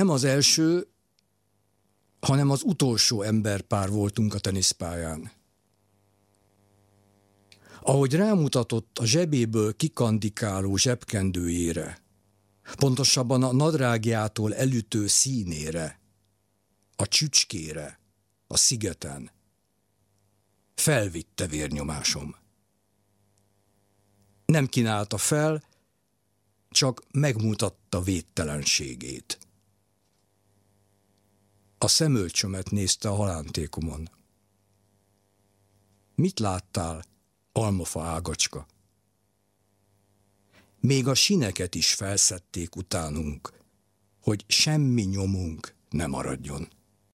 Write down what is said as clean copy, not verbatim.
Nem az első, hanem az utolsó emberpár voltunk a teniszpályán. Ahogy rámutatott a zsebéből kikandikáló zsebkendőjére, pontosabban a nadrágjától elütő színére, a csücskére, a szigeten, felvitte vérnyomásom. Nem kínálta fel, csak megmutatta védtelenségét. A szemölcsömet nézte a halántékomon. Mit láttál, almafa ágacska? Még a sineket is felszedték utánunk, hogy semmi nyomunk ne maradjon.